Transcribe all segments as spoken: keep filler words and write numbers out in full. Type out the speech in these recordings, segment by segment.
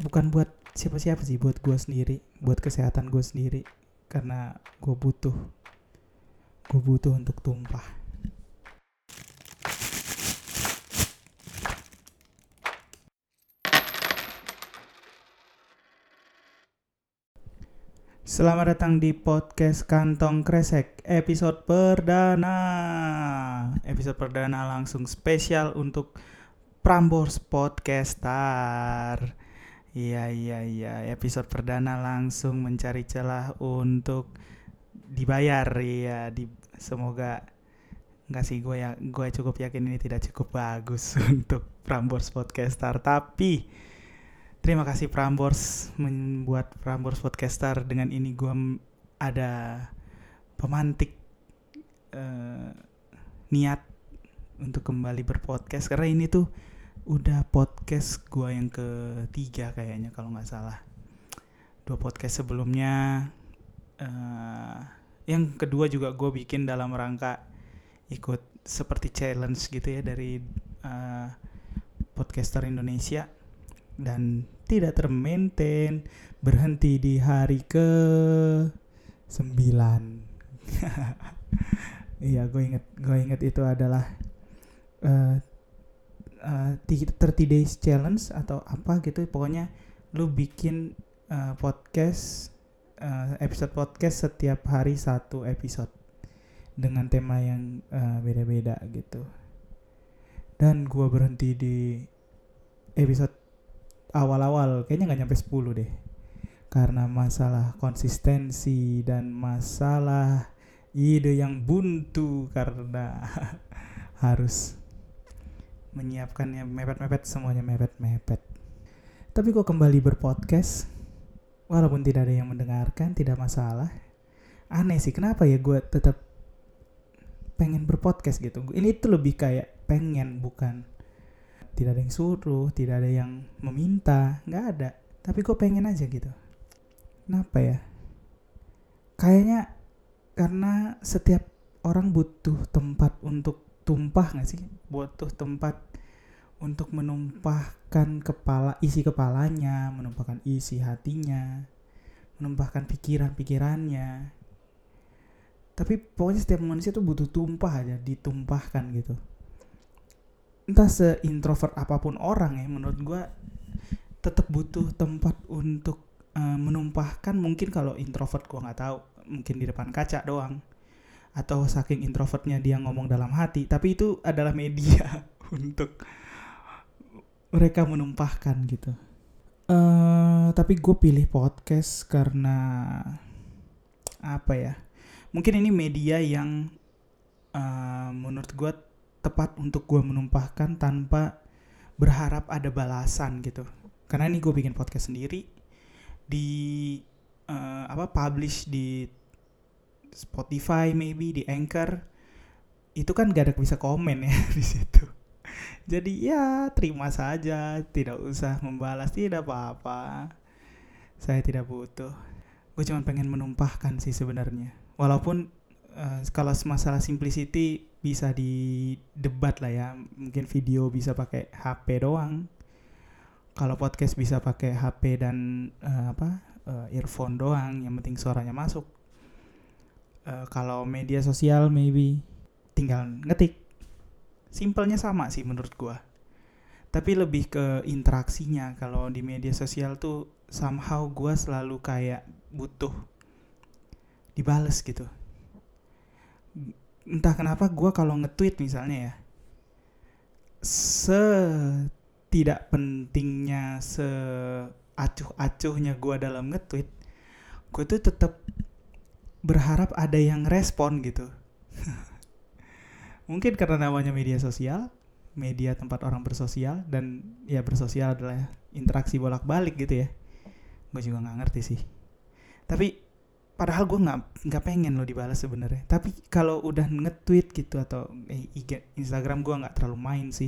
bukan buat siapa-siapa sih, buat gue sendiri, buat kesehatan gue sendiri, karena gue butuh gue butuh untuk tumpah. Selamat datang di podcast Kantong Kresek episode perdana. Episode perdana langsung spesial untuk Prambors Podcaster. Iya iya iya, episode perdana langsung mencari celah untuk dibayar. Iya, di semoga enggak sih, gue ya gue cukup yakin ini tidak cukup bagus untuk Prambors Podcaster, tapi terima kasih Prambors membuat Prambors Podcaster. Dengan ini gue m- ada pemantik eh, niat untuk kembali berpodcast, karena ini tuh udah podcast gue yang ketiga kayaknya kalau nggak salah. Dua podcast sebelumnya, eh, yang kedua juga gue bikin dalam rangka ikut seperti challenge gitu ya dari eh, podcaster Indonesia, dan tidak termaintain, berhenti di hari ke sembilan. Iya, gue inget gue inget itu adalah uh, uh, thirty days challenge atau apa gitu. Pokoknya lu bikin uh, podcast uh, episode podcast setiap hari satu episode dengan tema yang uh, beda-beda gitu. Dan gue berhenti di episode awal-awal, kayaknya nggak nyampe sepuluh deh, karena masalah konsistensi dan masalah ide yang buntu, karena harus menyiapkannya mepet-mepet, semuanya mepet-mepet. Tapi kok kembali berpodcast walaupun tidak ada yang mendengarkan, tidak masalah. Aneh sih, kenapa ya gue tetap pengen berpodcast gitu. Ini tuh lebih kayak pengen, bukan tidak ada yang suruh, tidak ada yang meminta, nggak ada. Tapi gue pengen aja gitu. Kenapa ya? Kayaknya karena setiap orang butuh tempat untuk tumpah nggak sih? Butuh tempat untuk menumpahkan kepala, isi kepalanya, menumpahkan isi hatinya, menumpahkan pikiran-pikirannya. Tapi pokoknya setiap manusia tuh butuh tumpah aja, ditumpahkan gitu. Entah seintrovert apapun orang ya, menurut gue tetap butuh tempat untuk uh, menumpahkan. Mungkin kalau introvert gue nggak tahu, mungkin di depan kaca doang, atau saking introvertnya dia ngomong dalam hati. Tapi itu adalah media untuk mereka menumpahkan gitu. Uh, tapi gue pilih podcast karena apa ya? Mungkin ini media yang uh, menurut gue tepat untuk gue menumpahkan tanpa berharap ada balasan gitu. Karena ini gue bikin podcast sendiri, di uh, apa publish di Spotify, maybe di Anchor, itu kan gak ada bisa komen ya di situ. Jadi ya terima saja, tidak usah membalas, tidak apa-apa. Saya tidak butuh. Gue cuma pengen menumpahkan sih sebenarnya. Walaupun uh, kalau masalah simplicity bisa didebat lah ya. Mungkin video bisa pakai H P doang. Kalau podcast bisa pakai H P dan uh, apa uh, earphone doang. Yang penting suaranya masuk. Uh, kalau media sosial maybe tinggal ngetik. Simpelnya sama sih menurut gua. Tapi lebih ke interaksinya. Kalau di media sosial tuh somehow gua selalu kayak butuh dibales gitu. Entah kenapa gua kalau nge-tweet misalnya ya, setidak pentingnya, seacuh-acuhnya gua dalam nge-tweet, gua tuh tetap berharap ada yang respon gitu. Mungkin karena namanya media sosial, media tempat orang bersosial, dan ya bersosial adalah interaksi bolak-balik gitu ya. Gue juga nggak ngerti sih. Tapi padahal gue nggak nggak pengen lo dibalas sebenarnya. Tapi kalau udah nge-tweet gitu atau eh, I G, Instagram gue nggak terlalu main sih.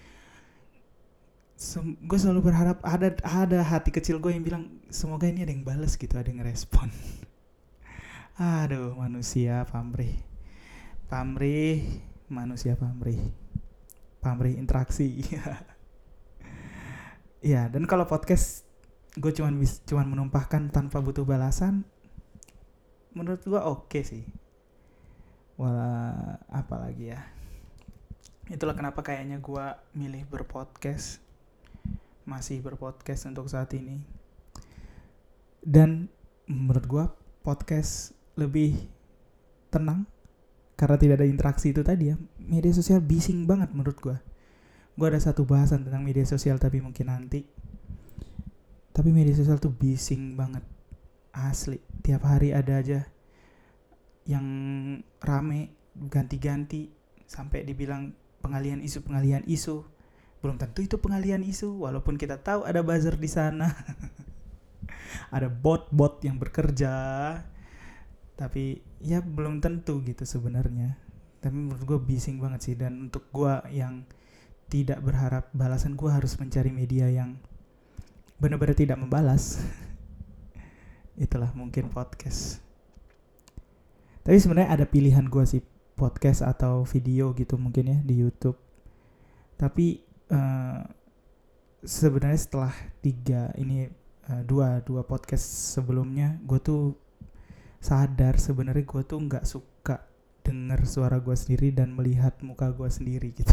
Sem- gue selalu berharap ada ada hati kecil gue yang bilang semoga ini ada yang balas gitu, ada yang respon. Aduh, manusia pamrih, pamrih, manusia pamrih, pamrih interaksi. Ya, dan kalau podcast gue cuman bis cuman menumpahkan tanpa butuh balasan, menurut gue oke okay sih. Wala apalagi ya, itulah kenapa kayaknya gue milih berpodcast, masih berpodcast untuk saat ini. Dan menurut gue podcast lebih tenang karena tidak ada interaksi itu tadi ya. Media sosial bising banget menurut gue. Gue ada satu bahasan tentang media sosial tapi mungkin nanti. Tapi media sosial tuh bising banget, asli. Tiap hari ada aja yang rame, ganti-ganti, sampai dibilang pengalihan isu, pengalihan isu. Belum tentu itu pengalihan isu, walaupun kita tahu ada buzzer di sana. Ada bot-bot yang bekerja, tapi ya belum tentu gitu sebenarnya. Tapi menurut gue bising banget sih. Dan untuk gue yang tidak berharap balasan, gue harus mencari media yang benar-benar tidak membalas. Itulah mungkin podcast. Tapi sebenarnya ada pilihan gue sih, podcast atau video gitu mungkin ya di YouTube. Tapi uh, sebenarnya setelah tiga ini uh, dua dua podcast sebelumnya, gue tuh sadar sebenarnya gue tuh nggak suka dengar suara gue sendiri dan melihat muka gue sendiri gitu.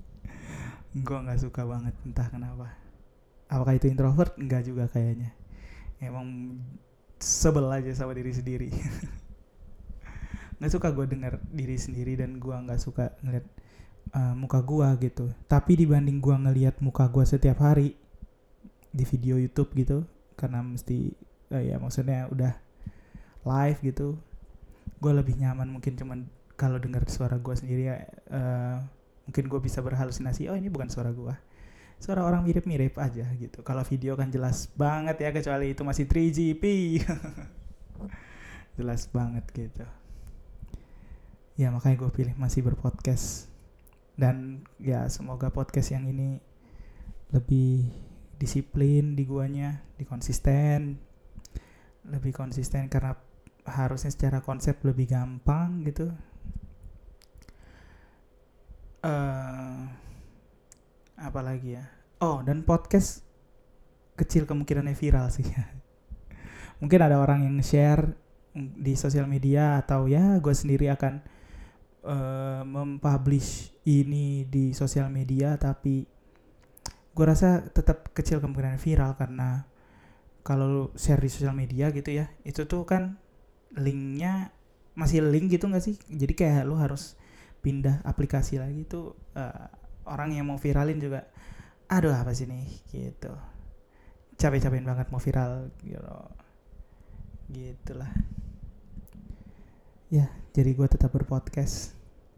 Gue nggak suka banget, entah kenapa. Apakah itu introvert? Enggak juga kayaknya. Emang sebel aja sama diri sendiri. Nggak suka gue dengar diri sendiri dan gue nggak suka ngeliat uh, muka gue gitu. Tapi dibanding gue ngeliat muka gue setiap hari di video YouTube gitu, karena mesti uh, ya maksudnya udah live gitu, gue lebih nyaman mungkin cuman kalau dengar suara gue sendiri ya. Uh, mungkin gue bisa berhalusinasi, oh ini bukan suara gue, suara orang mirip-mirip aja gitu. Kalau video kan jelas banget ya, kecuali itu masih three G P. Jelas banget gitu. Ya makanya gue pilih masih berpodcast. Dan ya semoga podcast yang ini lebih disiplin di guanya, di konsisten. Lebih konsisten karena harusnya secara konsep lebih gampang gitu. Uh, apalagi ya, oh dan podcast kecil kemungkinannya viral sih. Mungkin ada orang yang share di sosial media, atau ya gue sendiri akan uh, mempublish ini di sosial media, tapi gue rasa tetap kecil kemungkinan viral karena kalau share di sosial media gitu ya, itu tuh kan linknya masih link gitu nggak sih? Jadi kayak lu harus pindah aplikasi lagi tuh. Uh, orang yang mau viralin juga, aduh apa sih nih gitu, capek-capekin banget mau viral gitu. Gitulah ya. Jadi gue tetap berpodcast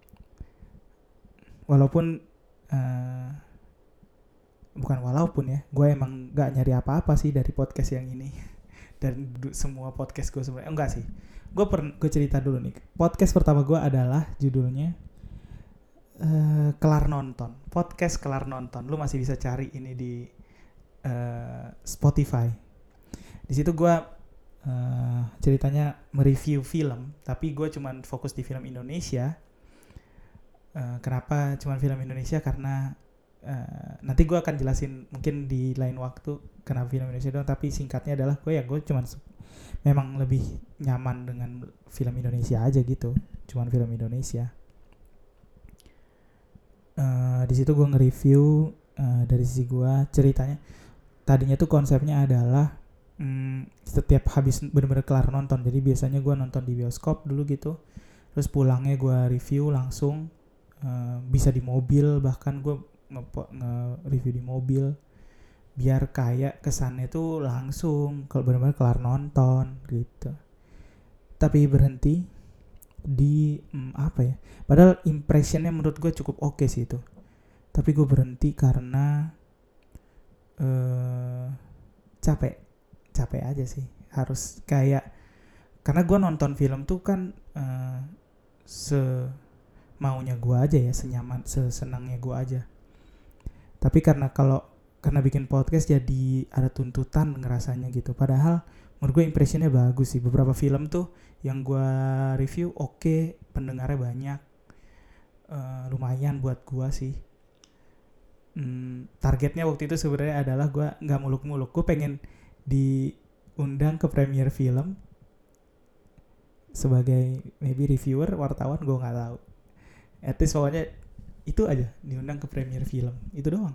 walaupun uh, bukan walaupun ya, gue emang gak nyari apa-apa sih dari podcast yang ini. Dan du- semua podcast gue sebenarnya enggak sih. Gue per- gue cerita dulu nih. Podcast pertama gue adalah judulnya uh, Kelar Nonton. Podcast Kelar Nonton. Lu masih bisa cari ini di uh, Spotify. Di situ gue uh, ceritanya mereview film, tapi gue cuman fokus di film Indonesia. Uh, kenapa cuman film Indonesia? Karena Uh, nanti gue akan jelasin mungkin di lain waktu kenapa film Indonesia doang, tapi singkatnya adalah gue ya gue cuman memang lebih nyaman dengan film Indonesia aja gitu, cuman film Indonesia. Uh, di situ gue nge-review uh, dari sisi gue. Ceritanya tadinya tuh konsepnya adalah um, setiap habis bener-bener kelar nonton, jadi biasanya gue nonton di bioskop dulu gitu, terus pulangnya gue review langsung, uh, bisa di mobil, bahkan gue nge-review di mobil biar kayak kesannya tuh langsung kalau benar-benar kelar nonton gitu. Tapi berhenti di hmm, apa ya, padahal impressionnya menurut gue cukup oke okay sih itu, tapi gue berhenti karena uh, capek capek aja sih. Harus kayak, karena gue nonton film tuh kan uh, semaunya gue aja ya, senyaman sesenangnya gue aja. Tapi karena kalau karena bikin podcast jadi ada tuntutan ngerasanya gitu. Padahal menurut gue impressionnya bagus sih. Beberapa film tuh yang gue review oke, okay, pendengarnya banyak, uh, lumayan buat gue sih. Hmm, targetnya waktu itu sebenarnya adalah gue nggak muluk-muluk. Gue pengen diundang ke premiere film sebagai maybe reviewer, wartawan, gue nggak tahu. At least pokoknya itu aja, diundang ke premiere film, itu doang.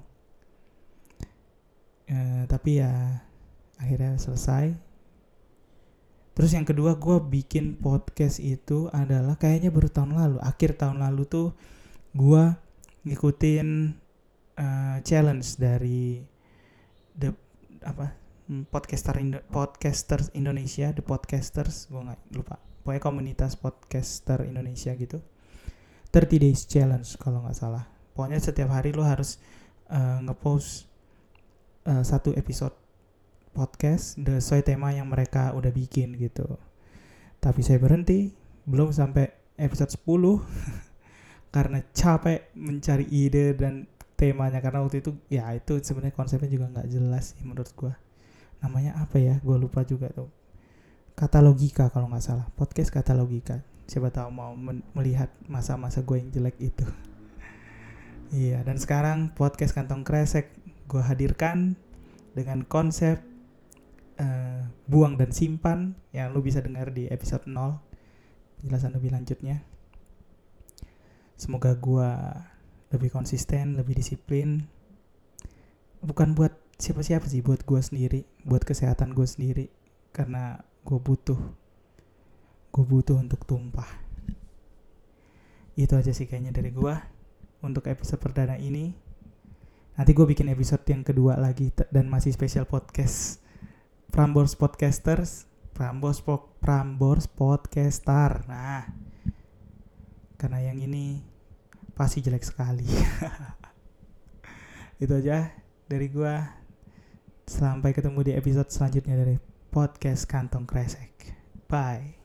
Uh, tapi ya akhirnya selesai. Terus yang kedua, gue bikin podcast itu adalah kayaknya baru tahun lalu, akhir tahun lalu tuh gue ngikutin uh, challenge dari the apa podcaster Indo- podcasters Indonesia, the podcasters, gue nggak lupa, pokoknya komunitas podcaster Indonesia gitu. thirty days challenge kalau nggak salah. Pokoknya setiap hari lo harus uh, ngepost uh, satu episode podcast sesuai tema yang mereka udah bikin gitu. Tapi saya berhenti belum sampai episode sepuluh karena capek mencari ide dan temanya, karena waktu itu ya itu sebenarnya konsepnya juga nggak jelas sih menurut gue. Namanya apa ya, gue lupa juga tuh. Kata Logika kalau nggak salah, podcast Kata Logika. Siapa tahu mau men- melihat masa-masa gue yang jelek itu. Iya, dan sekarang podcast Kantong Kresek gue hadirkan dengan konsep uh, buang dan simpan yang lu bisa dengar di episode nol, penjelasan lebih lanjutnya. Semoga gue lebih konsisten, lebih disiplin. Bukan buat siapa-siapa sih, buat gue sendiri, buat kesehatan gue sendiri, karena gue butuh gue butuh untuk tumpah. Itu aja sih kayaknya dari gue untuk episode perdana ini. Nanti gue bikin episode yang kedua lagi t- dan masih spesial podcast Prambors Podcasters, Prambors po- Prambors Podcaster. Nah, karena yang ini pasti jelek sekali. Itu aja dari gue. Sampai ketemu di episode selanjutnya dari podcast Kantong Kresek. Bye.